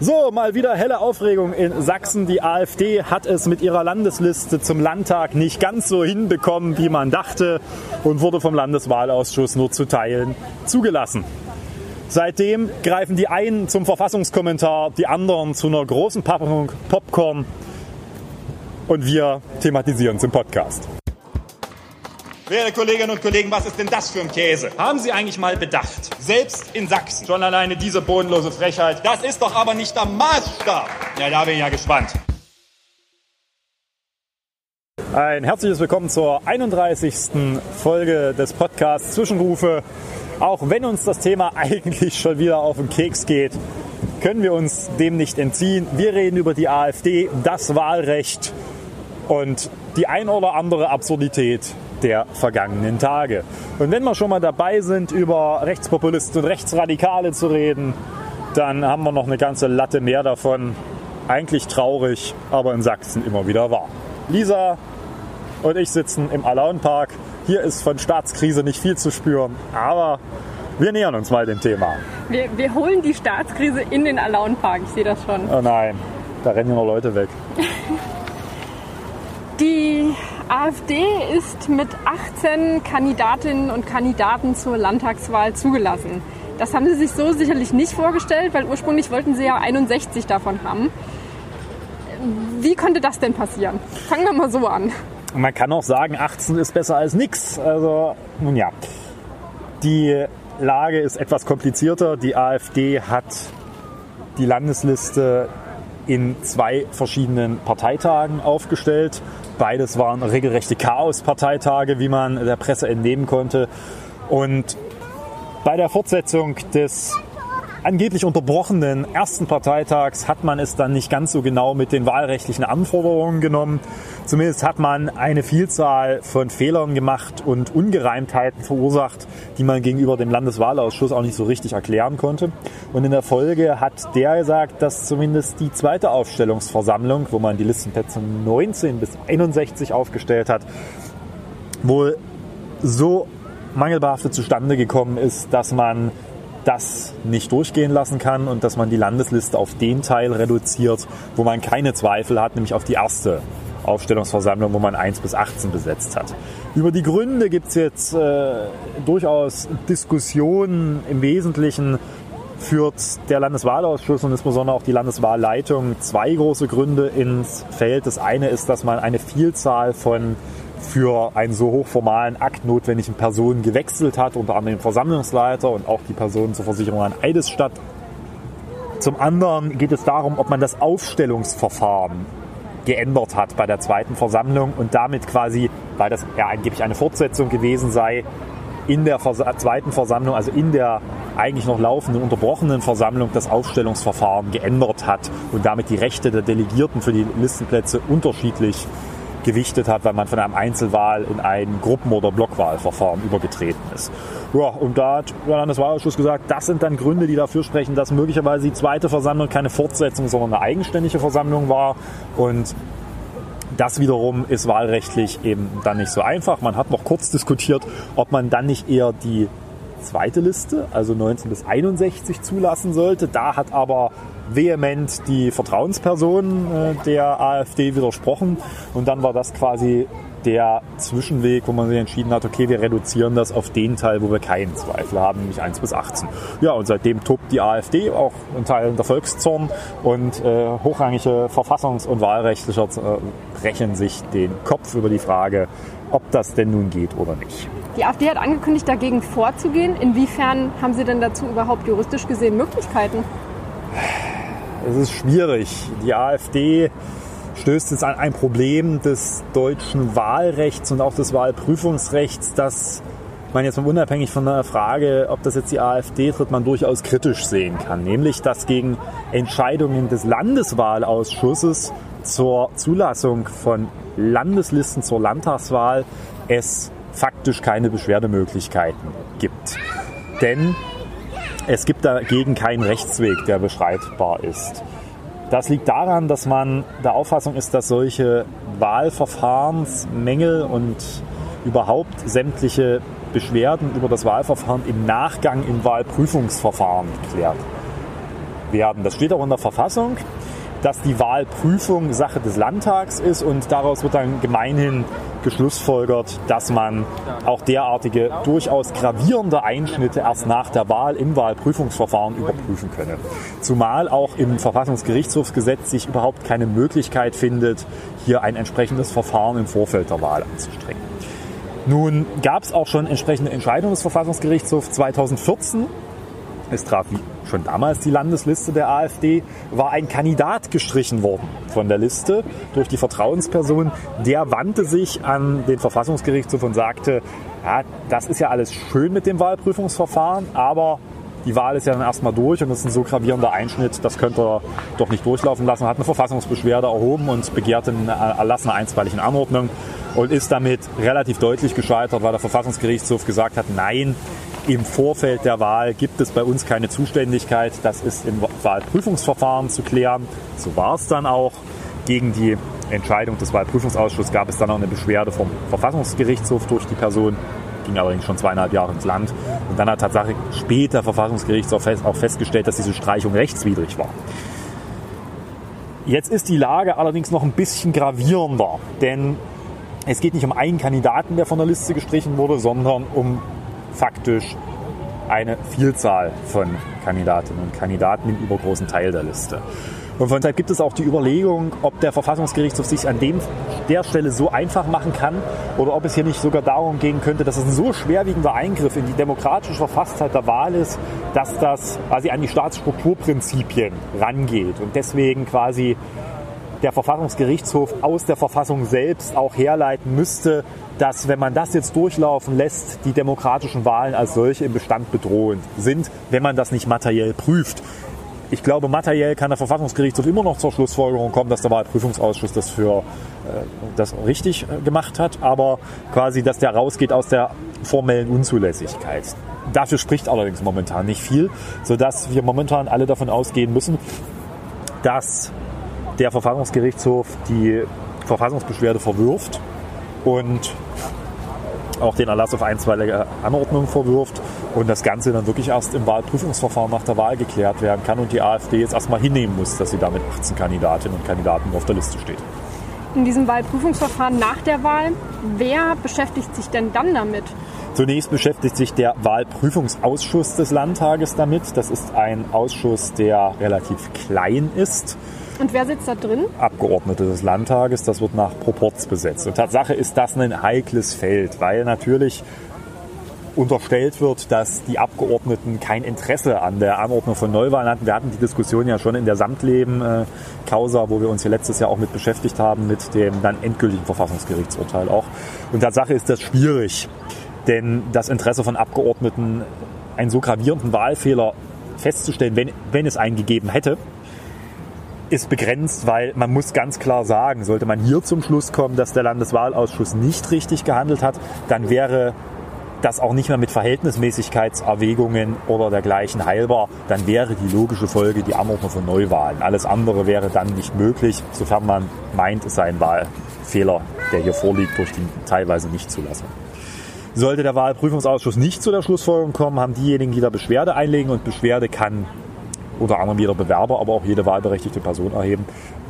So, mal wieder helle Aufregung in Sachsen. Die AfD hat es mit ihrer Landesliste zum Landtag nicht ganz so hinbekommen, wie man dachte, und wurde vom Landeswahlausschuss nur zu Teilen zugelassen. Seitdem greifen die einen zum Verfassungskommentar, die anderen zu einer großen Packung Popcorn, und wir thematisieren es im Podcast. Werte Kolleginnen und Kollegen, was ist denn das für ein Käse? Haben Sie eigentlich mal bedacht, selbst in Sachsen, schon alleine diese bodenlose Frechheit, das ist doch aber nicht der Maßstab. Ja, da bin ich ja gespannt. Ein herzliches Willkommen zur 31. Folge des Podcasts Zwischenrufe. Auch wenn uns das Thema eigentlich schon wieder auf den Keks geht, können wir uns dem nicht entziehen. Wir reden über die AfD, das Wahlrecht und die ein oder andere Absurdität der vergangenen Tage. Und wenn wir schon mal dabei sind, über Rechtspopulisten und Rechtsradikale zu reden, dann haben wir noch eine ganze Latte mehr davon. Eigentlich traurig, aber in Sachsen immer wieder wahr. Lisa und ich sitzen im Alaunpark. Hier ist von Staatskrise nicht viel zu spüren, aber wir nähern uns mal dem Thema. Wir holen die Staatskrise in den Alaunpark, ich sehe das schon. Oh nein, da rennen ja noch Leute weg. Die AfD ist mit 18 Kandidatinnen und Kandidaten zur Landtagswahl zugelassen. Das haben sie sich so sicherlich nicht vorgestellt, weil ursprünglich wollten sie ja 61 davon haben. Wie konnte das denn passieren? Fangen wir mal so an. Man kann auch sagen, 18 ist besser als nix. Also, nun ja, die Lage ist etwas komplizierter. Die AfD hat die Landesliste in 2 verschiedenen Parteitagen aufgestellt. Beides waren regelrechte Chaos-Parteitage, wie man der Presse entnehmen konnte. Und bei der Fortsetzung des angeblich unterbrochenen ersten Parteitags hat man es dann nicht ganz so genau mit den wahlrechtlichen Anforderungen genommen. Zumindest hat man eine Vielzahl von Fehlern gemacht und Ungereimtheiten verursacht, die man gegenüber dem Landeswahlausschuss auch nicht so richtig erklären konnte. Und in der Folge hat der gesagt, dass zumindest die zweite Aufstellungsversammlung, wo man die Listenplätze 19 bis 61 aufgestellt hat, wohl so mangelbehaftet zustande gekommen ist, dass man das nicht durchgehen lassen kann und dass man die Landesliste auf den Teil reduziert, wo man keine Zweifel hat, nämlich auf die erste Aufstellungsversammlung, wo man 1 bis 18 besetzt hat. Über die Gründe gibt es jetzt durchaus Diskussionen. Im Wesentlichen führt der Landeswahlausschuss und insbesondere auch die Landeswahlleitung 2 große Gründe ins Feld. Das eine ist, dass man eine Vielzahl von für einen so hochformalen Akt notwendigen Personen gewechselt hat, unter anderem den Versammlungsleiter und auch die Personen zur Versicherung an Eidesstadt. Zum anderen geht es darum, ob man das Aufstellungsverfahren geändert hat bei der zweiten Versammlung und damit quasi, weil das ja angeblich eine Fortsetzung gewesen sei, in der zweiten Versammlung, also in der eigentlich noch laufenden, unterbrochenen Versammlung, das Aufstellungsverfahren geändert hat und damit die Rechte der Delegierten für die Listenplätze unterschiedlich gewichtet hat, weil man von einem Einzelwahl in ein Gruppen- oder Blockwahlverfahren übergetreten ist. Ja, und da hat der Landeswahlausschuss gesagt, das sind dann Gründe, die dafür sprechen, dass möglicherweise die zweite Versammlung keine Fortsetzung, sondern eine eigenständige Versammlung war. Und das wiederum ist wahlrechtlich eben dann nicht so einfach. Man hat noch kurz diskutiert, ob man dann nicht eher die zweite Liste, also 19 bis 61, zulassen sollte. Da hat aber vehement die Vertrauensperson der AfD widersprochen. Und dann war das quasi der Zwischenweg, wo man sich entschieden hat, okay, wir reduzieren das auf den Teil, wo wir keinen Zweifel haben, nämlich 1 bis 18. Ja, und seitdem tobt die AfD, auch in Teilen der Volkszorn, und hochrangige Verfassungs- und Wahlrechtlicher brechen sich den Kopf über die Frage, ob das denn nun geht oder nicht. Die AfD hat angekündigt, dagegen vorzugehen. Inwiefern haben Sie denn dazu überhaupt juristisch gesehen Möglichkeiten? Es ist schwierig. Die AfD stößt jetzt an ein Problem des deutschen Wahlrechts und auch des Wahlprüfungsrechts, das man jetzt mal unabhängig von der Frage, ob das jetzt die AfD tritt, man durchaus kritisch sehen kann. Nämlich, dass gegen Entscheidungen des Landeswahlausschusses zur Zulassung von Landeslisten zur Landtagswahl es faktisch keine Beschwerdemöglichkeiten gibt. Denn es gibt dagegen keinen Rechtsweg, der beschreitbar ist. Das liegt daran, dass man der Auffassung ist, dass solche Wahlverfahrensmängel und überhaupt sämtliche Beschwerden über das Wahlverfahren im Nachgang im Wahlprüfungsverfahren geklärt werden. Das steht auch in der Verfassung, dass die Wahlprüfung Sache des Landtags ist und daraus wird dann gemeinhin geschlussfolgert, dass man auch derartige durchaus gravierende Einschnitte erst nach der Wahl im Wahlprüfungsverfahren überprüfen könne. Zumal auch im Verfassungsgerichtshofsgesetz sich überhaupt keine Möglichkeit findet, hier ein entsprechendes Verfahren im Vorfeld der Wahl anzustrengen. Nun gab es auch schon entsprechende Entscheidungen des Verfassungsgerichtshofs 2014. Es traf schon damals die Landesliste der AfD, war ein Kandidat gestrichen worden von der Liste durch die Vertrauensperson. Der wandte sich an den Verfassungsgerichtshof und sagte, ja, das ist ja alles schön mit dem Wahlprüfungsverfahren, aber die Wahl ist ja dann erstmal durch und das ist ein so gravierender Einschnitt, das könnt ihr doch nicht durchlaufen lassen. Hat eine Verfassungsbeschwerde erhoben und begehrte einen Erlass einer einstweiligen Anordnung und ist damit relativ deutlich gescheitert, weil der Verfassungsgerichtshof gesagt hat, nein, im Vorfeld der Wahl gibt es bei uns keine Zuständigkeit. Das ist im Wahlprüfungsverfahren zu klären. So war es dann auch. Gegen die Entscheidung des Wahlprüfungsausschusses gab es dann auch eine Beschwerde vom Verfassungsgerichtshof durch die Person. Ging allerdings schon 2,5 Jahre ins Land. Und dann hat tatsächlich später der Verfassungsgerichtshof auch festgestellt, dass diese Streichung rechtswidrig war. Jetzt ist die Lage allerdings noch ein bisschen gravierender. Denn es geht nicht um einen Kandidaten, der von der Liste gestrichen wurde, sondern um faktisch eine Vielzahl von Kandidatinnen und Kandidaten im übergroßen Teil der Liste. Und von daher gibt es auch die Überlegung, ob der Verfassungsgerichtshof sich an der Stelle so einfach machen kann oder ob es hier nicht sogar darum gehen könnte, dass es ein so schwerwiegender Eingriff in die demokratische Verfasstheit der Wahl ist, dass das quasi an die Staatsstrukturprinzipien rangeht und deswegen quasi der Verfassungsgerichtshof aus der Verfassung selbst auch herleiten müsste, dass, wenn man das jetzt durchlaufen lässt, die demokratischen Wahlen als solche im Bestand bedrohend sind, wenn man das nicht materiell prüft. Ich glaube, materiell kann der Verfassungsgerichtshof immer noch zur Schlussfolgerung kommen, dass der Wahlprüfungsausschuss das richtig gemacht hat, aber quasi, dass der rausgeht aus der formellen Unzulässigkeit. Dafür spricht allerdings momentan nicht viel, sodass wir momentan alle davon ausgehen müssen, dass der Verfassungsgerichtshof die Verfassungsbeschwerde verwirft und auch den Erlass auf einstweilige Anordnung verwirft und das Ganze dann wirklich erst im Wahlprüfungsverfahren nach der Wahl geklärt werden kann und die AfD jetzt erstmal hinnehmen muss, dass sie da mit 18 Kandidatinnen und Kandidaten auf der Liste steht. In diesem Wahlprüfungsverfahren nach der Wahl, wer beschäftigt sich denn dann damit? Zunächst beschäftigt sich der Wahlprüfungsausschuss des Landtages damit. Das ist ein Ausschuss, der relativ klein ist. Und wer sitzt da drin? Abgeordnete des Landtages, das wird nach Proporz besetzt. Und Tatsache ist das ein heikles Feld, weil natürlich unterstellt wird, dass die Abgeordneten kein Interesse an der Anordnung von Neuwahlen hatten. Wir hatten die Diskussion ja schon in der Samtleben-Causa, wo wir uns hier letztes Jahr auch mit beschäftigt haben, mit dem dann endgültigen Verfassungsgerichtsurteil auch. Und Tatsache ist das schwierig, denn das Interesse von Abgeordneten, einen so gravierenden Wahlfehler festzustellen, wenn es einen gegeben hätte, ist begrenzt, weil man muss ganz klar sagen, sollte man hier zum Schluss kommen, dass der Landeswahlausschuss nicht richtig gehandelt hat, dann wäre das auch nicht mehr mit Verhältnismäßigkeitserwägungen oder dergleichen heilbar, dann wäre die logische Folge die Anordnung von Neuwahlen. Alles andere wäre dann nicht möglich, sofern man meint, es sei ein Wahlfehler, der hier vorliegt, durch die teilweise Nichtzulassung. Sollte der Wahlprüfungsausschuss nicht zu der Schlussfolgerung kommen, haben diejenigen, die da Beschwerde einlegen, und Beschwerde kann unter anderem jeder Bewerber, aber auch jede wahlberechtigte Person erheben,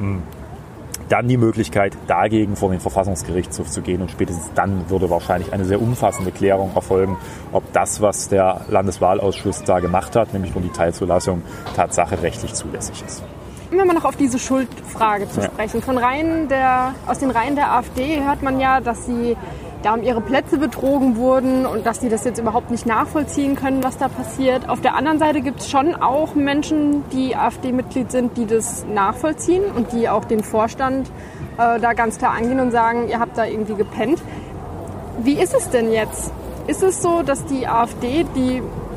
dann die Möglichkeit, dagegen vor den Verfassungsgerichtshof zu gehen. Und spätestens dann würde wahrscheinlich eine sehr umfassende Klärung erfolgen, ob das, was der Landeswahlausschuss da gemacht hat, nämlich nur die Teilzulassung, Tatsache rechtlich zulässig ist. Wenn wir noch auf diese Schuldfrage zu sprechen. Aus den Reihen der AfD hört man ja, dass sie da um ihre Plätze betrogen wurden und dass die das jetzt überhaupt nicht nachvollziehen können, was da passiert. Auf der anderen Seite gibt es schon auch Menschen, die AfD-Mitglied sind, die das nachvollziehen und die auch den Vorstand da ganz klar angehen und sagen, ihr habt da irgendwie gepennt. Wie ist es denn jetzt? Ist es so, dass die AfD die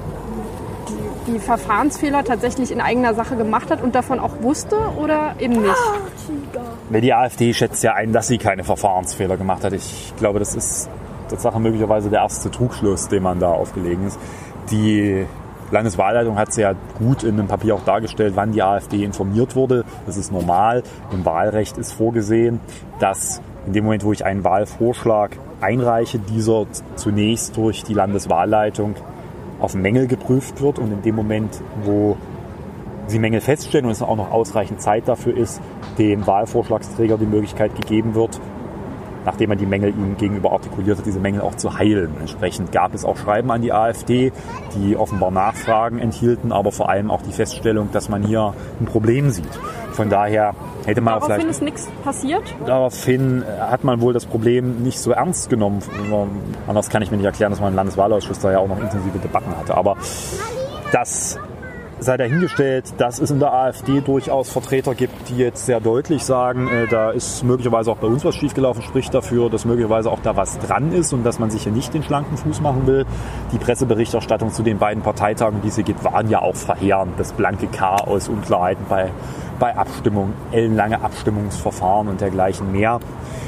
Verfahrensfehler tatsächlich in eigener Sache gemacht hat und davon auch wusste oder eben nicht? Die AfD schätzt ja ein, dass sie keine Verfahrensfehler gemacht hat. Ich glaube, das ist tatsächlich möglicherweise der erste Trugschluss, den man da aufgelegen ist. Die Landeswahlleitung hat sehr gut in einem Papier auch dargestellt, wann die AfD informiert wurde. Das ist normal. Im Wahlrecht ist vorgesehen, dass in dem Moment, wo ich einen Wahlvorschlag einreiche, dieser zunächst durch die Landeswahlleitung auf Mängel geprüft wird, und in dem Moment, wo sie Mängel feststellen und es auch noch ausreichend Zeit dafür ist, dem Wahlvorschlagsträger die Möglichkeit gegeben wird, nachdem man die Mängel ihm gegenüber artikuliert hat, diese Mängel auch zu heilen. Entsprechend gab es auch Schreiben an die AfD, die offenbar Nachfragen enthielten, aber vor allem auch die Feststellung, dass man hier ein Problem sieht. Von daher hätte man daraufhin vielleicht... ist nichts passiert? Daraufhin hat man wohl das Problem nicht so ernst genommen. Anders kann ich mir nicht erklären, dass man im Landeswahlausschuss da ja auch noch intensive Debatten hatte. Aber das sei dahingestellt, dass es in der AfD durchaus Vertreter gibt, die jetzt sehr deutlich sagen, da ist möglicherweise auch bei uns was schiefgelaufen, spricht dafür, dass möglicherweise auch da was dran ist und dass man sich hier nicht den schlanken Fuß machen will. Die Presseberichterstattung zu den beiden Parteitagen, die es hier gibt, waren ja auch verheerend. Das blanke Chaos, Unklarheiten bei Abstimmungen, ellenlange Abstimmungsverfahren und dergleichen mehr.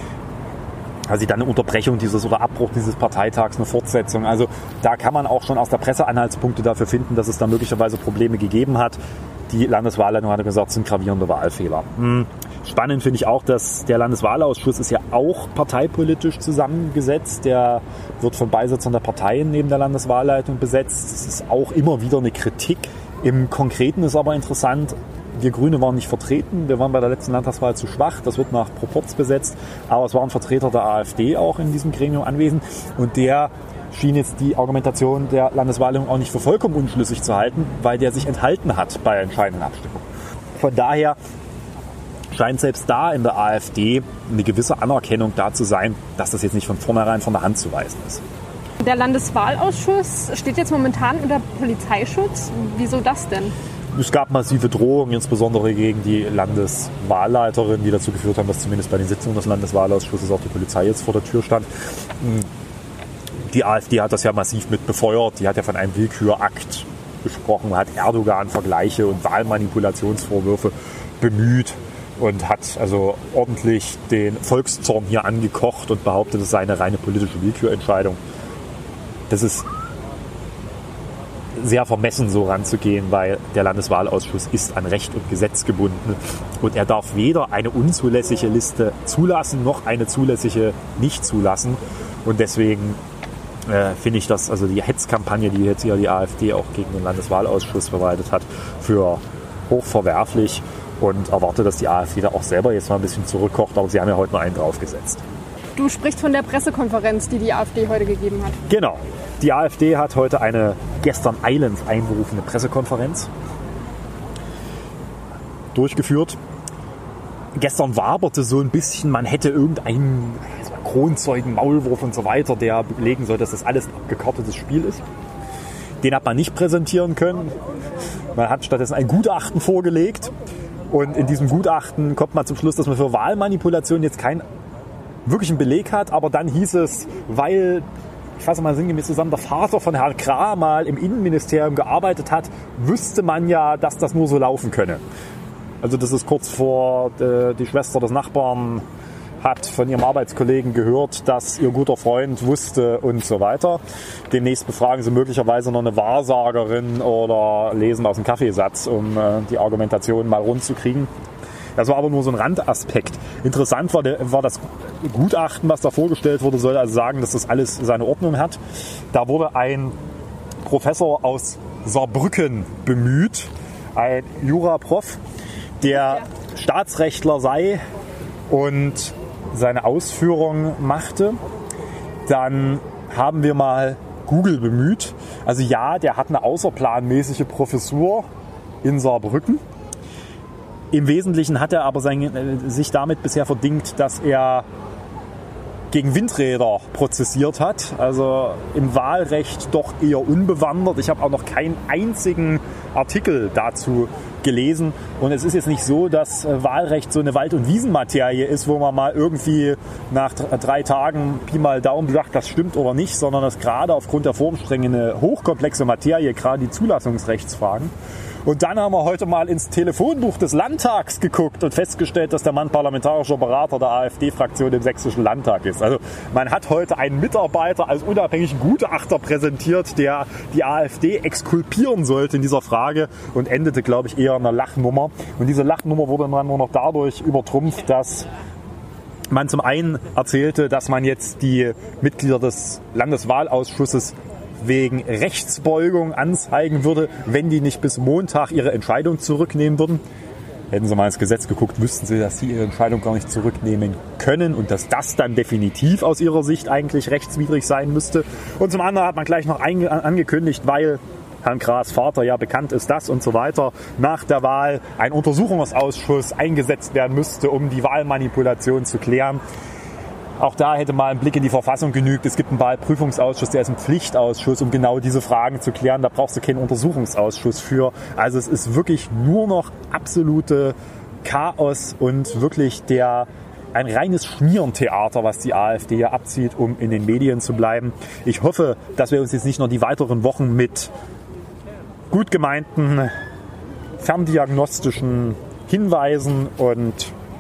Also dann eine Unterbrechung oder Abbruch dieses Parteitags, eine Fortsetzung. Also da kann man auch schon aus der Presse Anhaltspunkte dafür finden, dass es da möglicherweise Probleme gegeben hat. Die Landeswahlleitung hatte gesagt, es sind gravierende Wahlfehler. Spannend finde ich auch, dass der Landeswahlausschuss ist ja auch parteipolitisch zusammengesetzt. Der wird von Beisitzern der Parteien neben der Landeswahlleitung besetzt. Das ist auch immer wieder eine Kritik. Im Konkreten ist aber interessant, wir Grüne waren nicht vertreten. Wir waren bei der letzten Landtagswahl zu schwach. Das wird nach Proporz besetzt. Aber es waren Vertreter der AfD auch in diesem Gremium anwesend. Und der schien jetzt die Argumentation der Landeswahlleitung auch nicht für vollkommen unschlüssig zu halten, weil der sich enthalten hat bei entscheidenden Abstimmungen. Von daher scheint selbst da in der AfD eine gewisse Anerkennung da zu sein, dass das jetzt nicht von vornherein von der Hand zu weisen ist. Der Landeswahlausschuss steht jetzt momentan unter Polizeischutz. Wieso das denn? Es gab massive Drohungen, insbesondere gegen die Landeswahlleiterin, die dazu geführt haben, dass zumindest bei den Sitzungen des Landeswahlausschusses auch die Polizei jetzt vor der Tür stand. Die AfD hat das ja massiv mit befeuert. Die hat ja von einem Willkürakt gesprochen, hat Erdogan-Vergleiche und Wahlmanipulationsvorwürfe bemüht und hat also ordentlich den Volkszorn hier angekocht und behauptet, es sei eine reine politische Willkürentscheidung. Das ist sehr vermessen, so ranzugehen, weil der Landeswahlausschuss ist an Recht und Gesetz gebunden und er darf weder eine unzulässige Liste zulassen, noch eine zulässige nicht zulassen. Und deswegen finde ich das, also die Hetzkampagne, die jetzt hier die AfD auch gegen den Landeswahlausschuss verwaltet hat, für hochverwerflich und erwarte, dass die AfD da auch selber jetzt mal ein bisschen zurückkocht, aber sie haben ja heute nur einen draufgesetzt. Du sprichst von der Pressekonferenz, die AfD heute gegeben hat. Genau. Die AfD hat heute eine gestern eilends einberufene Pressekonferenz durchgeführt. Gestern waberte so ein bisschen, man hätte irgendeinen Kronzeugen, Maulwurf und so weiter, der belegen soll, dass das alles ein abgekartetes Spiel ist. Den hat man nicht präsentieren können. Man hat stattdessen ein Gutachten vorgelegt. Und in diesem Gutachten kommt man zum Schluss, dass man für Wahlmanipulation jetzt keinen wirklichen Beleg hat. Aber dann hieß es, weil, ich fasse mal sinngemäß zusammen, der Vater von Herrn Krah mal im Innenministerium gearbeitet hat, wüsste man ja, dass das nur so laufen könne. Also das ist kurz vor, die Schwester des Nachbarn hat von ihrem Arbeitskollegen gehört, dass ihr guter Freund wusste und so weiter. Demnächst befragen sie möglicherweise noch eine Wahrsagerin oder lesen aus dem Kaffeesatz, um die Argumentation mal rund zu kriegen. Das war aber nur so ein Randaspekt. Interessant war das Gutachten, was da vorgestellt wurde, soll also sagen, dass das alles seine Ordnung hat. Da wurde ein Professor aus Saarbrücken bemüht, ein Juraprof, der Staatsrechtler sei und seine Ausführungen machte. Dann haben wir mal Google bemüht. Also ja, der hat eine außerplanmäßige Professur in Saarbrücken. Im Wesentlichen hat er aber sich damit bisher verdingt, dass er gegen Windräder prozessiert hat. Also im Wahlrecht doch eher unbewandert. Ich habe auch noch keinen einzigen Artikel dazu gelesen. Und es ist jetzt nicht so, dass Wahlrecht so eine Wald- und Wiesenmaterie ist, wo man mal irgendwie nach 3 Tagen Pi mal Daumen sagt, das stimmt oder nicht, sondern das gerade aufgrund der Formstränge eine hochkomplexe Materie, gerade die Zulassungsrechtsfragen. Und dann haben wir heute mal ins Telefonbuch des Landtags geguckt und festgestellt, dass der Mann parlamentarischer Berater der AfD-Fraktion im Sächsischen Landtag ist. Also man hat heute einen Mitarbeiter als unabhängigen Gutachter präsentiert, der die AfD exkulpieren sollte in dieser Frage und endete, glaube ich, eher in einer Lachnummer. Und diese Lachnummer wurde dann nur noch dadurch übertrumpft, dass man zum einen erzählte, dass man jetzt die Mitglieder des Landeswahlausschusses wegen Rechtsbeugung anzeigen würde, wenn die nicht bis Montag ihre Entscheidung zurücknehmen würden. Hätten sie mal ins Gesetz geguckt, wüssten sie, dass sie ihre Entscheidung gar nicht zurücknehmen können und dass das dann definitiv aus ihrer Sicht eigentlich rechtswidrig sein müsste. Und zum anderen hat man gleich noch angekündigt, weil Herrn Graas Vater ja bekannt ist, das und so weiter, nach der Wahl ein Untersuchungsausschuss eingesetzt werden müsste, um die Wahlmanipulation zu klären. Auch da hätte mal ein Blick in die Verfassung genügt. Es gibt einen Wahlprüfungsausschuss, der ist ein Pflichtausschuss, um genau diese Fragen zu klären. Da brauchst du keinen Untersuchungsausschuss für. Also es ist wirklich nur noch absolute Chaos und wirklich ein reines Schmierentheater, was die AfD hier abzieht, um in den Medien zu bleiben. Ich hoffe, dass wir uns jetzt nicht noch die weiteren Wochen mit gut gemeinten ferndiagnostischen Hinweisen und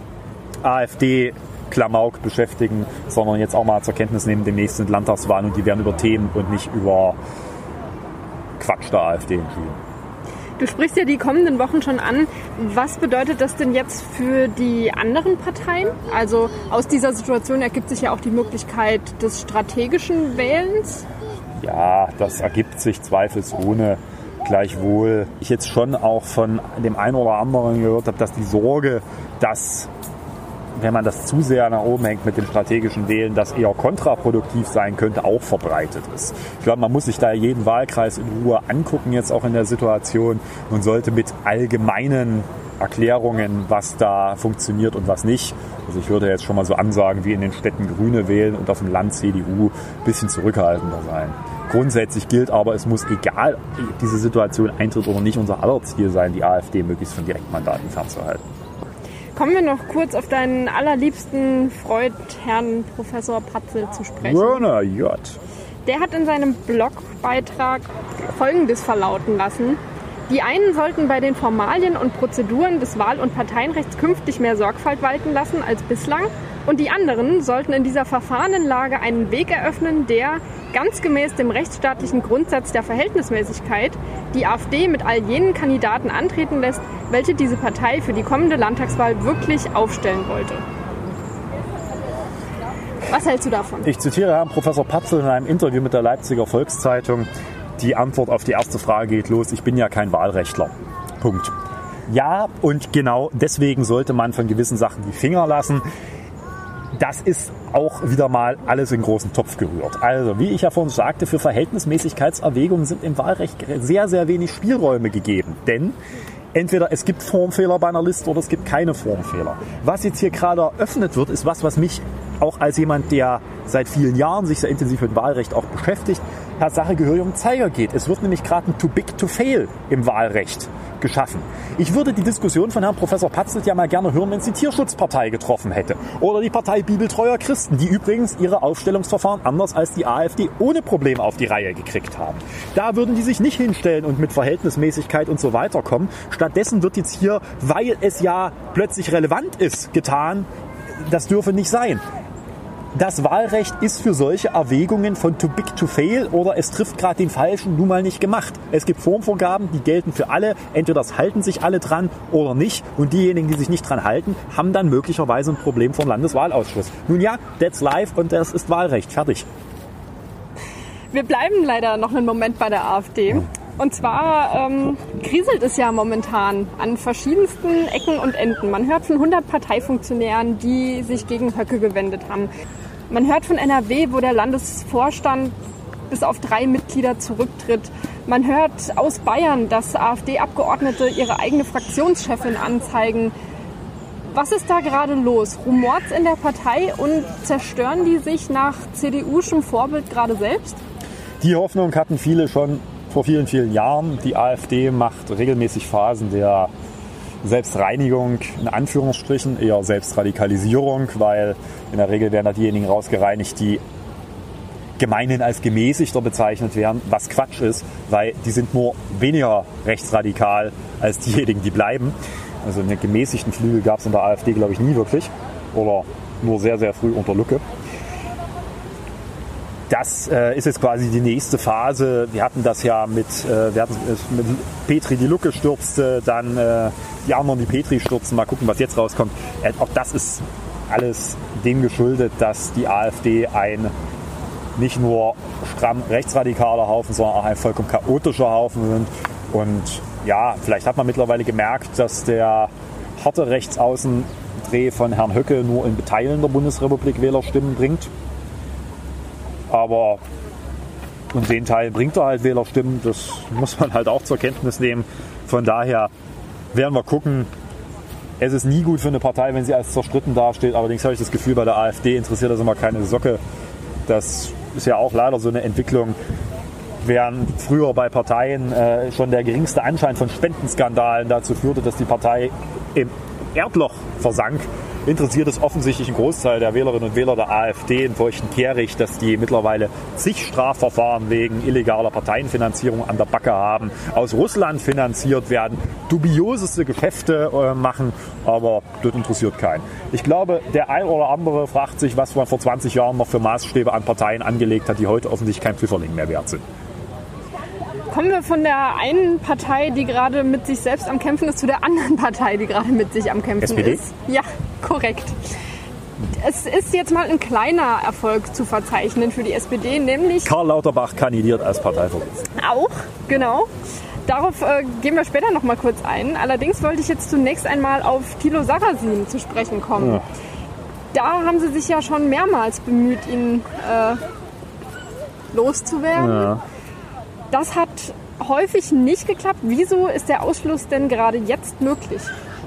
AfD-Klamauk beschäftigen, sondern jetzt auch mal zur Kenntnis nehmen, demnächst sind Landtagswahlen und die werden über Themen und nicht über Quatsch der AfD entschieden. Du sprichst ja die kommenden Wochen schon an. Was bedeutet das denn jetzt für die anderen Parteien? Also aus dieser Situation ergibt sich ja auch die Möglichkeit des strategischen Wählens. Ja, das ergibt sich zweifelsohne. Gleichwohl ich jetzt schon auch von dem einen oder anderen gehört habe, dass die Sorge, dass, wenn man das zu sehr nach oben hängt mit dem strategischen Wählen, das eher kontraproduktiv sein könnte, auch verbreitet ist. Ich glaube, man muss sich da jeden Wahlkreis in Ruhe angucken, jetzt auch in der Situation, und sollte mit allgemeinen Erklärungen, was da funktioniert und was nicht. Also ich würde jetzt schon mal so ansagen, wie in den Städten Grüne wählen und auf dem Land CDU, ein bisschen zurückhaltender sein. Grundsätzlich gilt aber, es muss, egal ob diese Situation eintritt oder nicht, unser aller Ziel sein, die AfD möglichst von Direktmandaten fernzuhalten. Kommen wir noch kurz auf deinen allerliebsten Freund, Herrn Professor Patzel, zu sprechen. Werner J. Der hat in seinem Blogbeitrag Folgendes verlauten lassen. Die einen sollten bei den Formalien und Prozeduren des Wahl- und Parteienrechts künftig mehr Sorgfalt walten lassen als bislang. Und die anderen sollten in dieser Verfahrenenlage einen Weg eröffnen, der, ganz gemäß dem rechtsstaatlichen Grundsatz der Verhältnismäßigkeit, die AfD mit all jenen Kandidaten antreten lässt, welche diese Partei für die kommende Landtagswahl wirklich aufstellen wollte. Was hältst du davon? Ich zitiere Herrn Professor Patzel in einem Interview mit der Leipziger Volkszeitung. Die Antwort auf die erste Frage geht los: Ich bin ja kein Wahlrechtler. Punkt. Ja, und genau deswegen sollte man von gewissen Sachen die Finger lassen. Das ist auch wieder mal alles in den großen Topf gerührt. Also, wie ich ja vorhin sagte, für Verhältnismäßigkeitserwägungen sind im Wahlrecht sehr, sehr wenig Spielräume gegeben. Denn entweder es gibt Formfehler bei einer Liste oder es gibt keine Formfehler. Was jetzt hier gerade eröffnet wird, ist was mich auch als jemand, der seit vielen Jahren sich sehr intensiv mit Wahlrecht auch beschäftigt, Tatsache gehörig um Zeiger geht. Es wird nämlich gerade ein Too Big to Fail im Wahlrecht geschaffen. Ich würde die Diskussion von Herrn Professor Patzel ja mal gerne hören, wenn es die Tierschutzpartei getroffen hätte. Oder die Partei Bibeltreuer Christen, die übrigens ihre Aufstellungsverfahren anders als die AfD ohne Probleme auf die Reihe gekriegt haben. Da würden die sich nicht hinstellen und mit Verhältnismäßigkeit und so weiter kommen. Stattdessen wird jetzt hier, weil es ja plötzlich relevant ist, getan, das dürfe nicht sein. Das Wahlrecht ist für solche Erwägungen von too big to fail oder es trifft gerade den Falschen nun mal nicht gemacht. Es gibt Formvorgaben, die gelten für alle. Entweder das halten sich alle dran oder nicht. Und diejenigen, die sich nicht dran halten, haben dann möglicherweise ein Problem vom Landeswahlausschuss. Nun ja, that's life und das ist Wahlrecht. Fertig. Wir bleiben leider noch einen Moment bei der AfD. Und zwar kriselt es ja momentan an verschiedensten Ecken und Enden. Man hört von 100 Parteifunktionären, die sich gegen Höcke gewendet haben. Man hört von NRW, wo der Landesvorstand bis auf 3 Mitglieder zurücktritt. Man hört aus Bayern, dass AfD-Abgeordnete ihre eigene Fraktionschefin anzeigen. Was ist da gerade los? Rumort's in der Partei und zerstören die sich nach CDU-schem Vorbild gerade selbst? Die Hoffnung hatten viele schon vor vielen, vielen Jahren. Die AfD macht regelmäßig Phasen der Selbstreinigung, in Anführungsstrichen, eher Selbstradikalisierung, weil in der Regel werden da diejenigen rausgereinigt, die gemeinhin als Gemäßigter bezeichnet werden, was Quatsch ist, weil die sind nur weniger rechtsradikal als diejenigen, die bleiben. Also einen gemäßigten Flügel gab es in der AfD, glaube ich, nie wirklich oder nur sehr, sehr früh unter Lucke. Das ist jetzt quasi die nächste Phase. Wir hatten das ja mit Petri, die Lucke stürzte, dann die anderen, die Petri stürzen. Mal gucken, was jetzt rauskommt. Auch das ist alles dem geschuldet, dass die AfD ein nicht nur stramm rechtsradikaler Haufen, sondern auch ein vollkommen chaotischer Haufen sind. Und ja, vielleicht hat man mittlerweile gemerkt, dass der harte Rechtsaußendreh von Herrn Höcke nur in Teilen der Bundesrepublik Wählerstimmen bringt. Aber in den Teilen bringt er halt Wählerstimmen. Das muss man halt auch zur Kenntnis nehmen. Von daher werden wir gucken. Es ist nie gut für eine Partei, wenn sie als zerstritten dasteht. Allerdings habe ich das Gefühl, bei der AfD interessiert das immer keine Socke. Das ist ja auch leider so eine Entwicklung. Während früher bei Parteien schon der geringste Anschein von Spendenskandalen dazu führte, dass die Partei im Erdloch versank, interessiert es offensichtlich einen Großteil der Wählerinnen und Wähler der AfD in feuchten Kehricht, dass die mittlerweile zig Strafverfahren wegen illegaler Parteienfinanzierung an der Backe haben, aus Russland finanziert werden, dubioseste Geschäfte machen, aber das interessiert keinen. Ich glaube, der ein oder andere fragt sich, was man vor 20 Jahren noch für Maßstäbe an Parteien angelegt hat, die heute offensichtlich kein Pfifferling mehr wert sind. Kommen wir von der einen Partei, die gerade mit sich selbst am Kämpfen ist, zu der anderen Partei, die gerade mit sich am Kämpfen SPD? ist. Ja, korrekt. Es ist jetzt mal ein kleiner Erfolg zu verzeichnen für die SPD, nämlich... Karl Lauterbach kandidiert als Parteivorsitzender. Auch, genau. Darauf gehen wir später noch mal kurz ein. Allerdings wollte ich jetzt zunächst einmal auf Thilo Sarrazin zu sprechen kommen. Ja. Da haben sie sich ja schon mehrmals bemüht, ihn loszuwerden. Ja. Das hat häufig nicht geklappt. Wieso ist der Ausschluss denn gerade jetzt möglich?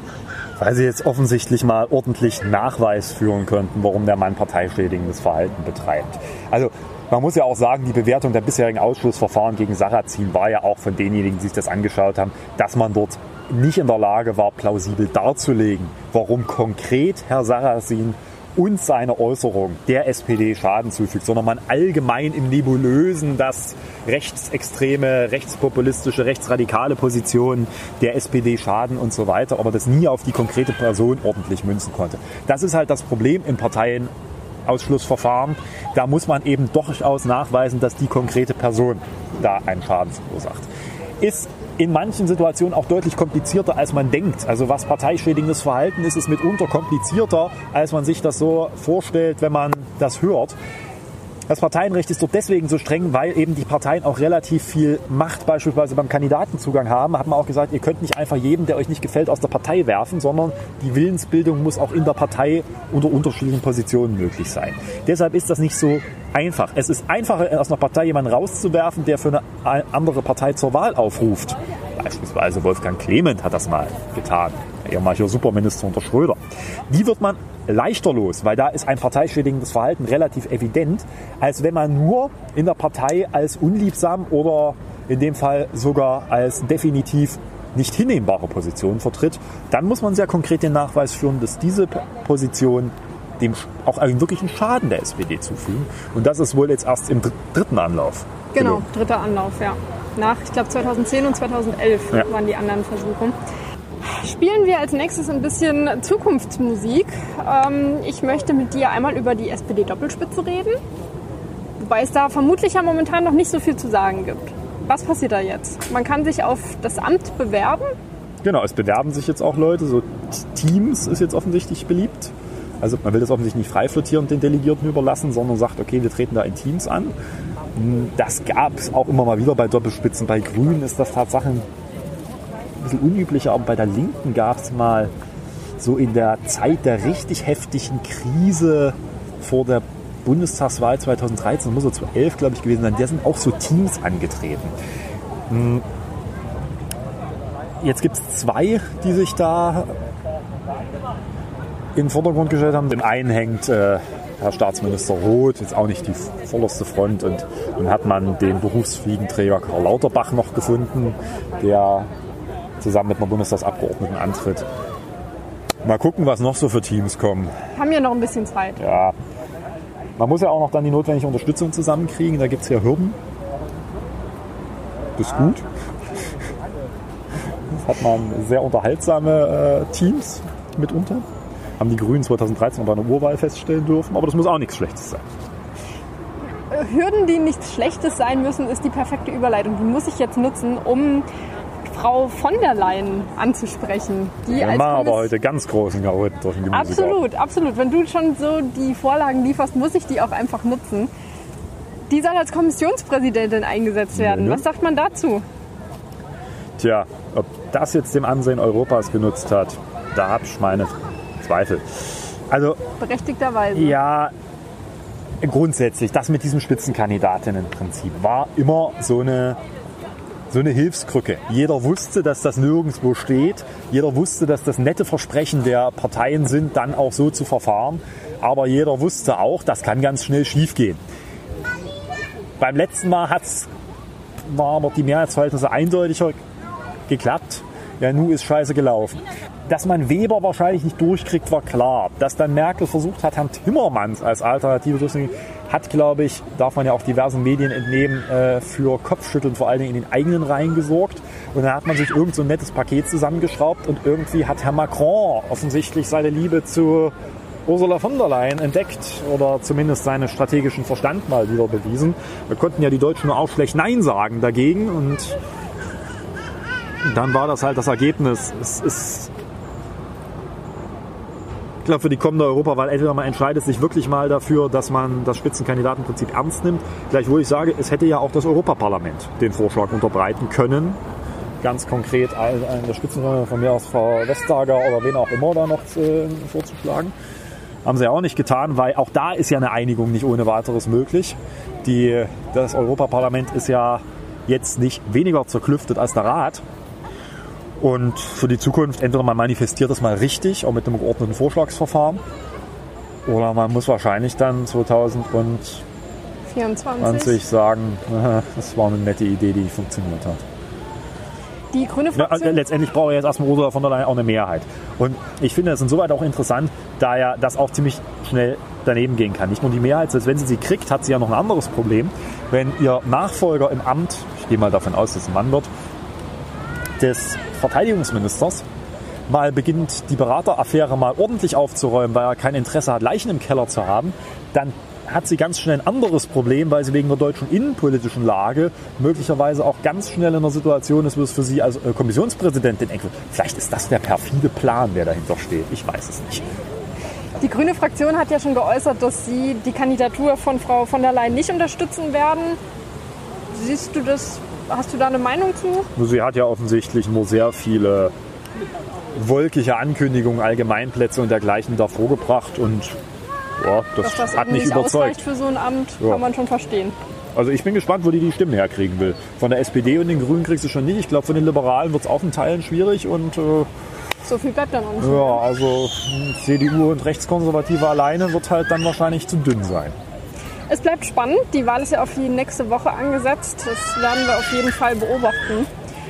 Weil sie jetzt offensichtlich mal ordentlich Nachweis führen könnten, warum der Mann parteischädigendes Verhalten betreibt. Also man muss ja auch sagen, die Bewertung der bisherigen Ausschlussverfahren gegen Sarrazin war ja auch von denjenigen, die sich das angeschaut haben, dass man dort nicht in der Lage war, plausibel darzulegen, warum konkret Herr Sarrazin und seine Äußerung der SPD Schaden zufügt, sondern man allgemein im Nebulösen, dass rechtsextreme, rechtspopulistische, rechtsradikale Positionen der SPD schaden und so weiter, aber das nie auf die konkrete Person ordentlich münzen konnte. Das ist halt das Problem im Parteienausschlussverfahren. Da muss man eben durchaus nachweisen, dass die konkrete Person da einen Schaden verursacht. Ist in manchen Situationen auch deutlich komplizierter, als man denkt. Also was parteischädigendes Verhalten ist, ist mitunter komplizierter, als man sich das so vorstellt, wenn man das hört. Das Parteienrecht ist dort deswegen so streng, weil eben die Parteien auch relativ viel Macht beispielsweise beim Kandidatenzugang haben. Hat man auch gesagt, ihr könnt nicht einfach jeden, der euch nicht gefällt, aus der Partei werfen, sondern die Willensbildung muss auch in der Partei unter unterschiedlichen Positionen möglich sein. Deshalb ist das nicht so einfach. Es ist einfacher, aus einer Partei jemanden rauszuwerfen, der für eine andere Partei zur Wahl aufruft. Beispielsweise Wolfgang Clement hat das mal getan, ehemaliger Superminister unter Schröder. Die wird man leichter los, weil da ist ein parteischädigendes Verhalten relativ evident, als wenn man nur in der Partei als unliebsam oder in dem Fall sogar als definitiv nicht hinnehmbare Position vertritt. Dann muss man sehr konkret den Nachweis führen, dass diese Position dem auch einen wirklichen Schaden der SPD zufügen. Und das ist wohl jetzt erst im dritten Anlauf. Genau, dritter Anlauf, ja. Nach, ich glaube, 2010 und 2011 waren die anderen Versuche. Spielen wir als nächstes ein bisschen Zukunftsmusik. Ich möchte mit dir einmal über die SPD-Doppelspitze reden. Wobei es da vermutlich ja momentan noch nicht so viel zu sagen gibt. Was passiert da jetzt? Man kann sich auf das Amt bewerben. Genau, es bewerben sich jetzt auch Leute. So Teams ist jetzt offensichtlich beliebt. Also man will das offensichtlich nicht frei flottieren und den Delegierten überlassen, sondern sagt, okay, wir treten da in Teams an. Das gab es auch immer mal wieder bei Doppelspitzen. Bei Grünen ist das Tatsache ein bisschen unüblicher, aber bei der Linken gab es mal so in der Zeit der richtig heftigen Krise vor der Bundestagswahl 2013, muss so 2011, glaube ich, gewesen sein, da sind auch so Teams angetreten. Jetzt gibt es zwei, die sich da in den Vordergrund gestellt haben. Dem einen hängt Herr Staatsminister Roth, jetzt auch nicht die vorderste Front. Und dann hat man den Berufsfliegenträger Karl Lauterbach noch gefunden, der zusammen mit einer Bundestagsabgeordneten antritt. Mal gucken, was noch so für Teams kommen. Haben ja noch ein bisschen Zeit. Ja. Man muss ja auch noch dann die notwendige Unterstützung zusammenkriegen. Da gibt es ja Hürden. Das ist gut. Das hat man sehr unterhaltsame Teams mitunter. Haben die Grünen 2013 bei einer Urwahl feststellen dürfen. Aber das muss auch nichts Schlechtes sein. Hürden, die nichts Schlechtes sein müssen, ist die perfekte Überleitung. Die muss ich jetzt nutzen, um Frau von der Leyen anzusprechen. Die Wir machen aber heute ganz großen Chaoten durch den Gemüsegarten. Absolut, absolut. Wenn du schon so die Vorlagen lieferst, muss ich die auch einfach nutzen. Die soll als Kommissionspräsidentin eingesetzt werden. Was sagt man dazu? Tja, ob das jetzt dem Ansehen Europas genutzt hat, da habe ich meine Zweifel. Also, berechtigterweise. Ja, grundsätzlich, das mit diesem Spitzenkandidatinnenprinzip war immer so eine Hilfskrücke. Jeder wusste, dass das nirgendwo steht. Jeder wusste, dass das nette Versprechen der Parteien sind, dann auch so zu verfahren. Aber jeder wusste auch, das kann ganz schnell schiefgehen. Beim letzten Mal war aber die Mehrheitsverhältnisse eindeutiger geklappt. Ja, nun ist scheiße gelaufen. Dass man Weber wahrscheinlich nicht durchkriegt, war klar. Dass dann Merkel versucht hat, Herrn Timmermans als Alternative durchzukriegen, hat, glaube ich, darf man ja auch diversen Medien entnehmen, für Kopfschütteln vor allen Dingen in den eigenen Reihen gesorgt. Und dann hat man sich irgend so ein nettes Paket zusammengeschraubt und irgendwie hat Herr Macron offensichtlich seine Liebe zu Ursula von der Leyen entdeckt oder zumindest seinen strategischen Verstand mal wieder bewiesen. Wir konnten ja die Deutschen nur auch schlecht Nein sagen dagegen und dann war das halt das Ergebnis. Ich glaube, für die kommende Europawahl entweder man entscheidet sich wirklich mal dafür, dass man das Spitzenkandidatenprinzip ernst nimmt. Gleichwohl ich sage, es hätte ja auch das Europaparlament den Vorschlag unterbreiten können. Ganz konkret einen der Spitzenkandidaten von mir aus Frau Vestager oder wen auch immer da noch vorzuschlagen. Haben sie ja auch nicht getan, weil auch da ist ja eine Einigung nicht ohne weiteres möglich. Das Europaparlament ist ja jetzt nicht weniger zerklüftet als der Rat. Und für die Zukunft entweder man manifestiert das mal richtig, auch mit einem geordneten Vorschlagsverfahren, oder man muss wahrscheinlich dann 2024 sagen, das war eine nette Idee, die funktioniert hat. Die grüne Fraktion? Ja, letztendlich braucht er jetzt erstmal Ursula von der Leyen auch eine Mehrheit. Und ich finde das insoweit auch interessant, da ja das auch ziemlich schnell daneben gehen kann. Nicht nur die Mehrheit, selbst wenn sie kriegt, hat sie ja noch ein anderes Problem. Wenn ihr Nachfolger im Amt, ich gehe mal davon aus, dass es ein Mann wird, des Verteidigungsministers mal beginnt, die Berateraffäre mal ordentlich aufzuräumen, weil er kein Interesse hat, Leichen im Keller zu haben, dann hat sie ganz schnell ein anderes Problem, weil sie wegen der deutschen innenpolitischen Lage möglicherweise auch ganz schnell in einer Situation ist, wo es für sie als Kommissionspräsidentin eng wird. Vielleicht ist das der perfide Plan, der dahinter steht. Ich weiß es nicht. Die grüne Fraktion hat ja schon geäußert, dass sie die Kandidatur von Frau von der Leyen nicht unterstützen werden. Siehst du das? Hast du da eine Meinung zu? Sie hat ja offensichtlich nur sehr viele wolkige Ankündigungen, Allgemeinplätze und dergleichen davor gebracht und ja, das hat nicht überzeugt. Für so ein Amt kann man schon verstehen. Also ich bin gespannt, wo die Stimmen herkriegen will. Von der SPD und den Grünen kriegst du schon nicht. Ich glaube, von den Liberalen wird es auch in Teilen schwierig und so viel bleibt dann auch nicht. Ja, also CDU und Rechtskonservative alleine wird halt dann wahrscheinlich zu dünn sein. Es bleibt spannend. Die Wahl ist ja auf die nächste Woche angesetzt. Das werden wir auf jeden Fall beobachten.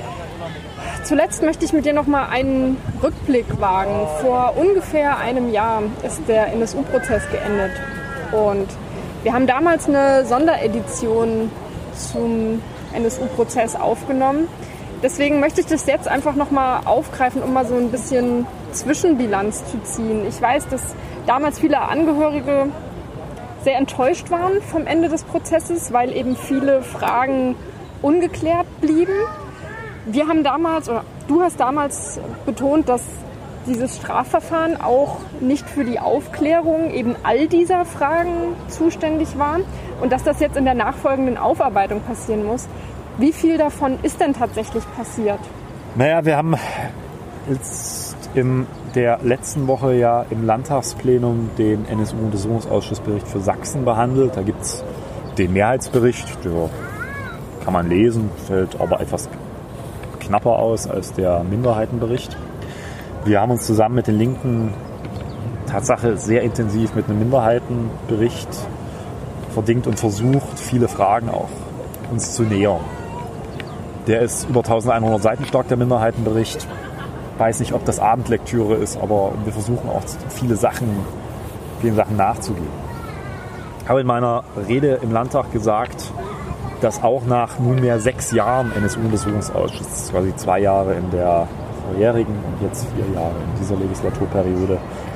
Zuletzt möchte ich mit dir noch mal einen Rückblick wagen. Vor ungefähr einem Jahr ist der NSU-Prozess geendet. Und wir haben damals eine Sonderedition zum NSU-Prozess aufgenommen. Deswegen möchte ich das jetzt einfach noch mal aufgreifen, um mal so ein bisschen Zwischenbilanz zu ziehen. Ich weiß, dass damals viele Angehörige sehr enttäuscht waren vom Ende des Prozesses, weil eben viele Fragen ungeklärt blieben. Wir haben damals, oder du hast damals betont, dass dieses Strafverfahren auch nicht für die Aufklärung eben all dieser Fragen zuständig war und dass das jetzt in der nachfolgenden Aufarbeitung passieren muss. Wie viel davon ist denn tatsächlich passiert? Naja, wir haben jetzt in der letzten Woche ja im Landtagsplenum den NSU-Untersuchungsausschussbericht für Sachsen behandelt. Da gibt es den Mehrheitsbericht, der kann man lesen, fällt aber etwas knapper aus als der Minderheitenbericht. Wir haben uns zusammen mit den Linken Tatsache sehr intensiv mit einem Minderheitenbericht verdingt und versucht, viele Fragen auch uns zu nähern. Der ist über 1100 Seiten stark, der Minderheitenbericht. Ich weiß nicht, ob das Abendlektüre ist, aber wir versuchen auch vielen Sachen nachzugehen. Ich habe in meiner Rede im Landtag gesagt, dass auch nach nunmehr 6 Jahren NSU-Untersuchungsausschuss, quasi 2 Jahre in der vorherigen und jetzt 4 Jahre in dieser Legislaturperiode,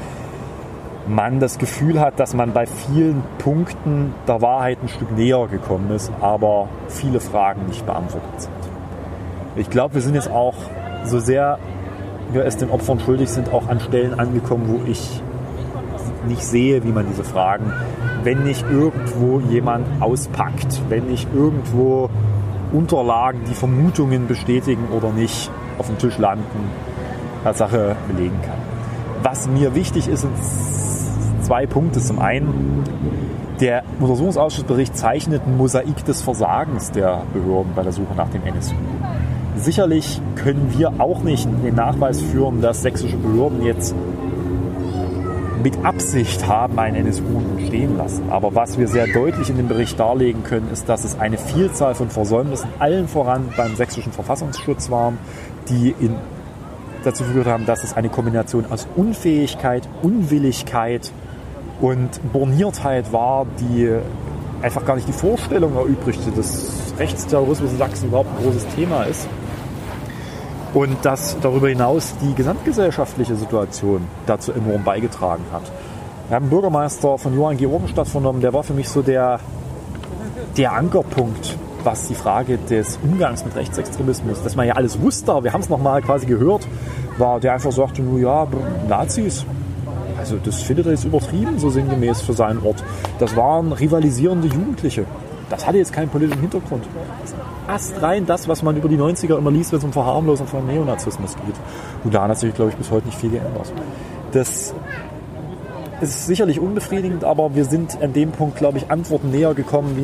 man das Gefühl hat, dass man bei vielen Punkten der Wahrheit ein Stück näher gekommen ist, aber viele Fragen nicht beantwortet sind. Ich glaube, wir sind jetzt auch, so sehr wir es den Opfern schuldig sind, auch an Stellen angekommen, wo ich nicht sehe, wie man diese Fragen, wenn nicht irgendwo jemand auspackt, wenn nicht irgendwo Unterlagen, die Vermutungen bestätigen oder nicht, auf dem Tisch landen, Tatsache belegen kann. Was mir wichtig ist, sind 2 Punkte. Zum einen, der Untersuchungsausschussbericht zeichnet ein Mosaik des Versagens der Behörden bei der Suche nach dem NSU. Sicherlich können wir auch nicht den Nachweis führen, dass sächsische Behörden jetzt mit Absicht haben einen NSU entstehen lassen. Aber was wir sehr deutlich in dem Bericht darlegen können, ist, dass es eine Vielzahl von Versäumnissen, allen voran beim sächsischen Verfassungsschutz waren, die dazu geführt haben, dass es eine Kombination aus Unfähigkeit, Unwilligkeit und Borniertheit war, die einfach gar nicht die Vorstellung erübrigte, dass Rechtsterrorismus in Sachsen überhaupt ein großes Thema ist. Und dass darüber hinaus die gesamtgesellschaftliche Situation dazu enorm beigetragen hat. Wir haben einen Bürgermeister von Johann Georgenstadt vernommen, der war für mich so der Ankerpunkt, was die Frage des Umgangs mit Rechtsextremismus, dass man ja alles wusste, aber wir haben es nochmal quasi gehört, war, der einfach sagte, nur ja, Nazis, also das findet er jetzt übertrieben, so sinngemäß für seinen Ort. Das waren rivalisierende Jugendliche. Das hatte jetzt keinen politischen Hintergrund. Das ist astrein das, was man über die 90er immer liest, wenn es um Verharmlosung von Neonazismus geht. Und daran hat sich, glaube ich, bis heute nicht viel geändert. Das ist sicherlich unbefriedigend, aber wir sind an dem Punkt, glaube ich, Antworten näher gekommen,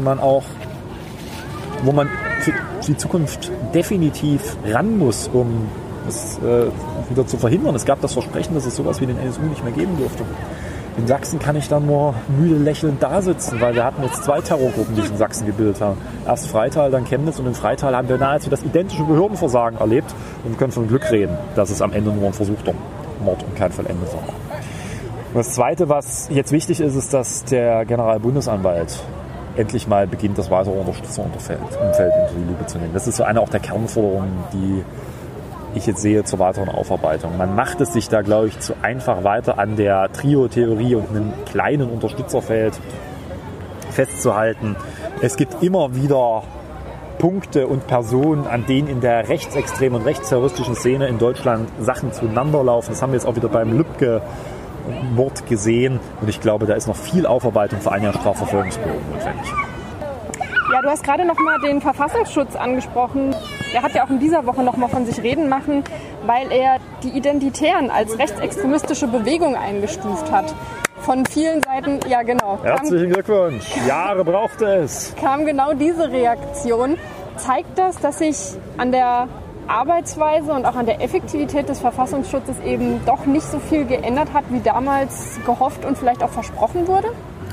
wo man für die Zukunft definitiv ran muss, um das wieder zu verhindern. Es gab das Versprechen, dass es sowas wie den NSU nicht mehr geben dürfte. In Sachsen kann ich dann nur müde lächelnd da sitzen, weil wir hatten jetzt 2 Terrorgruppen, die sich in Sachsen gebildet haben. Erst Freital, dann Chemnitz, und in Freital haben wir nahezu das identische Behördenversagen erlebt und wir können von Glück reden, dass es am Ende nur ein versuchter Mord und kein vollendeter war. Und das Zweite, was jetzt wichtig ist, ist, dass der Generalbundesanwalt endlich mal beginnt, das weitere Unterstützerumfeld unter die Lupe zu nehmen. Das ist so eine auch der Kernforderungen, die ich jetzt sehe zur weiteren Aufarbeitung. Man macht es sich da, glaube ich, zu einfach weiter an der Trio-Theorie und einem kleinen Unterstützerfeld festzuhalten. Es gibt immer wieder Punkte und Personen, an denen in der rechtsextremen und rechtsterroristischen Szene in Deutschland Sachen zueinander laufen. Das haben wir jetzt auch wieder beim Lübcke-Mord gesehen. Und ich glaube, da ist noch viel Aufarbeitung für ein Jahr Strafverfolgungsbehörden notwendig. Ja, du hast gerade noch mal den Verfassungsschutz angesprochen. Der hat ja auch in dieser Woche noch mal von sich reden machen, weil er die Identitären als rechtsextremistische Bewegung eingestuft hat. Von vielen Seiten, ja genau. Herzlichen Glückwunsch, Jahre brauchte es. Kam genau diese Reaktion. Zeigt das, dass sich an der Arbeitsweise und auch an der Effektivität des Verfassungsschutzes eben doch nicht so viel geändert hat, wie damals gehofft und vielleicht auch versprochen wurde?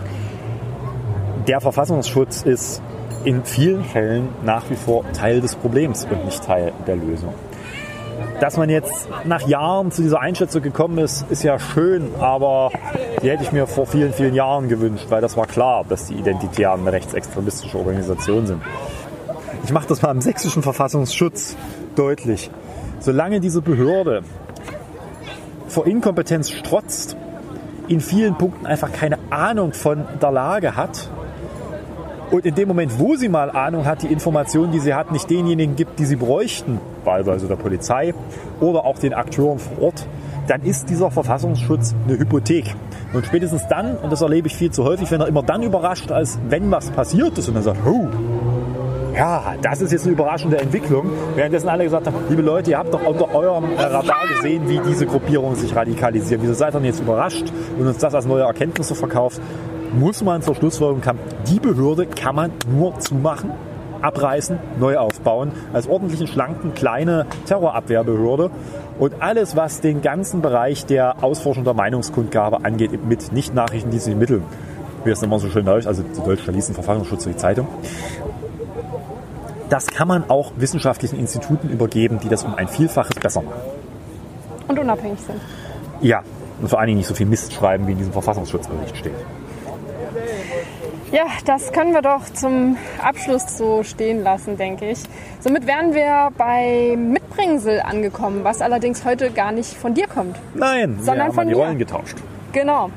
Der Verfassungsschutz ist in vielen Fällen nach wie vor Teil des Problems und nicht Teil der Lösung. Dass man jetzt nach Jahren zu dieser Einschätzung gekommen ist, ist ja schön, aber die hätte ich mir vor vielen, vielen Jahren gewünscht, weil das war klar, dass die Identitären eine rechtsextremistische Organisation sind. Ich mache das mal im sächsischen Verfassungsschutz deutlich. Solange diese Behörde vor Inkompetenz strotzt, in vielen Punkten einfach keine Ahnung von der Lage hat, und in dem Moment, wo sie mal Ahnung hat, die Informationen, die sie hat, nicht denjenigen gibt, die sie bräuchten, wahlweise der Polizei oder auch den Akteuren vor Ort, dann ist dieser Verfassungsschutz eine Hypothek. Und spätestens dann, und das erlebe ich viel zu häufig, wenn er immer dann überrascht, als wenn was passiert ist und dann sagt, oh, ja, das ist jetzt eine überraschende Entwicklung. Währenddessen alle gesagt haben, liebe Leute, ihr habt doch unter eurem Radar gesehen, wie diese Gruppierungen sich radikalisieren. Wieso seid ihr denn jetzt überrascht und uns das als neue Erkenntnisse verkauft? Muss man zur Schlussfolgerung kommen, die Behörde kann man nur zumachen, abreißen, neu aufbauen, als ordentlichen, schlanken, kleine Terrorabwehrbehörde. Und alles, was den ganzen Bereich der Ausforschung der Meinungskundgabe angeht, mit nicht nachrichtendienstlichen Mitteln, wie es immer so schön läuft, also die Deutsche liest den Verfassungsschutz die Zeitung, das kann man auch wissenschaftlichen Instituten übergeben, die das um ein Vielfaches besser machen. Und unabhängig sind. Ja, und vor allen Dingen nicht so viel Mist schreiben, wie in diesem Verfassungsschutzbericht steht. Ja, das können wir doch zum Abschluss so stehen lassen, denke ich. Somit wären wir bei Mitbringsel angekommen, was allerdings heute gar nicht von dir kommt. Nein, sondern wir haben die Rollen getauscht. Genau.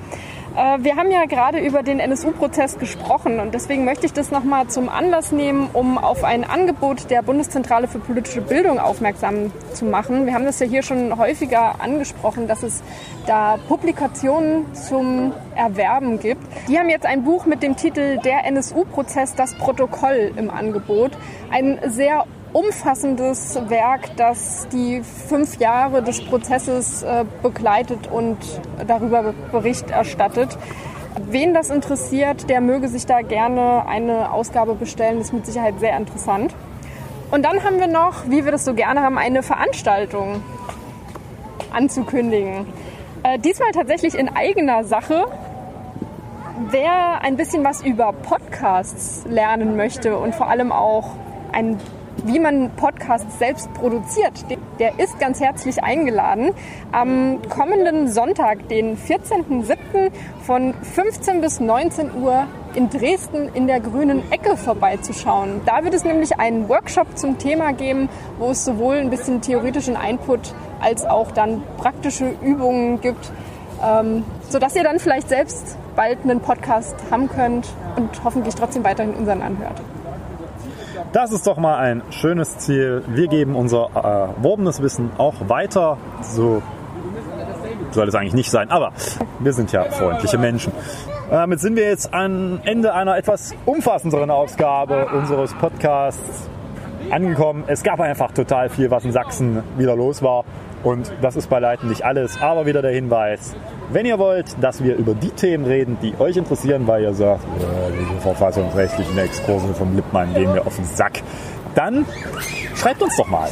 Wir haben ja gerade über den NSU-Prozess gesprochen und deswegen möchte ich das nochmal zum Anlass nehmen, um auf ein Angebot der Bundeszentrale für politische Bildung aufmerksam zu machen. Wir haben das ja hier schon häufiger angesprochen, dass es da Publikationen zum Erwerben gibt. Die haben jetzt ein Buch mit dem Titel Der NSU-Prozess, das Protokoll im Angebot. Ein sehr umfassendes Werk, das die 5 Jahre des Prozesses begleitet und darüber Bericht erstattet. Wen das interessiert, der möge sich da gerne eine Ausgabe bestellen. Das ist mit Sicherheit sehr interessant. Und dann haben wir noch, wie wir das so gerne haben, eine Veranstaltung anzukündigen. Diesmal tatsächlich in eigener Sache. Wer ein bisschen was über Podcasts lernen möchte und vor allem auch wie man Podcasts selbst produziert, der ist ganz herzlich eingeladen, am kommenden Sonntag, den 14.07. von 15 bis 19 Uhr in Dresden in der Grünen Ecke vorbeizuschauen. Da wird es nämlich einen Workshop zum Thema geben, wo es sowohl ein bisschen theoretischen Input als auch dann praktische Übungen gibt, sodass ihr dann vielleicht selbst bald einen Podcast haben könnt und hoffentlich trotzdem weiterhin unseren anhört. Das ist doch mal ein schönes Ziel. Wir geben unser erworbenes Wissen auch weiter. So soll es eigentlich nicht sein, aber wir sind ja freundliche Menschen. Damit sind wir jetzt am Ende einer etwas umfassenderen Ausgabe unseres Podcasts angekommen. Es gab einfach total viel, was in Sachsen wieder los war. Und das ist beileitem nicht alles, aber wieder der Hinweis, wenn ihr wollt, dass wir über die Themen reden, die euch interessieren, weil ihr sagt, diese verfassungsrechtlichen Exkurse vom Lippmann gehen mir auf den Sack, dann schreibt uns doch mal.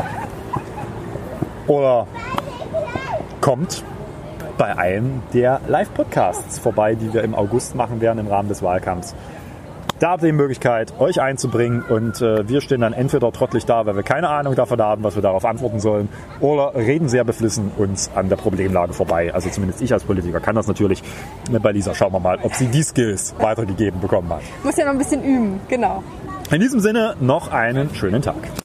Oder kommt bei einem der Live-Podcasts vorbei, die wir im August machen werden im Rahmen des Wahlkampfs. Da habt ihr die Möglichkeit, euch einzubringen und wir stehen dann entweder trottelig da, weil wir keine Ahnung davon haben, was wir darauf antworten sollen, oder reden sehr beflissen uns an der Problemlage vorbei. Also zumindest ich als Politiker kann das natürlich. Bei Lisa schauen wir mal, ob sie die Skills weitergegeben bekommen hat. Muss ja noch ein bisschen üben, genau. In diesem Sinne noch einen schönen Tag.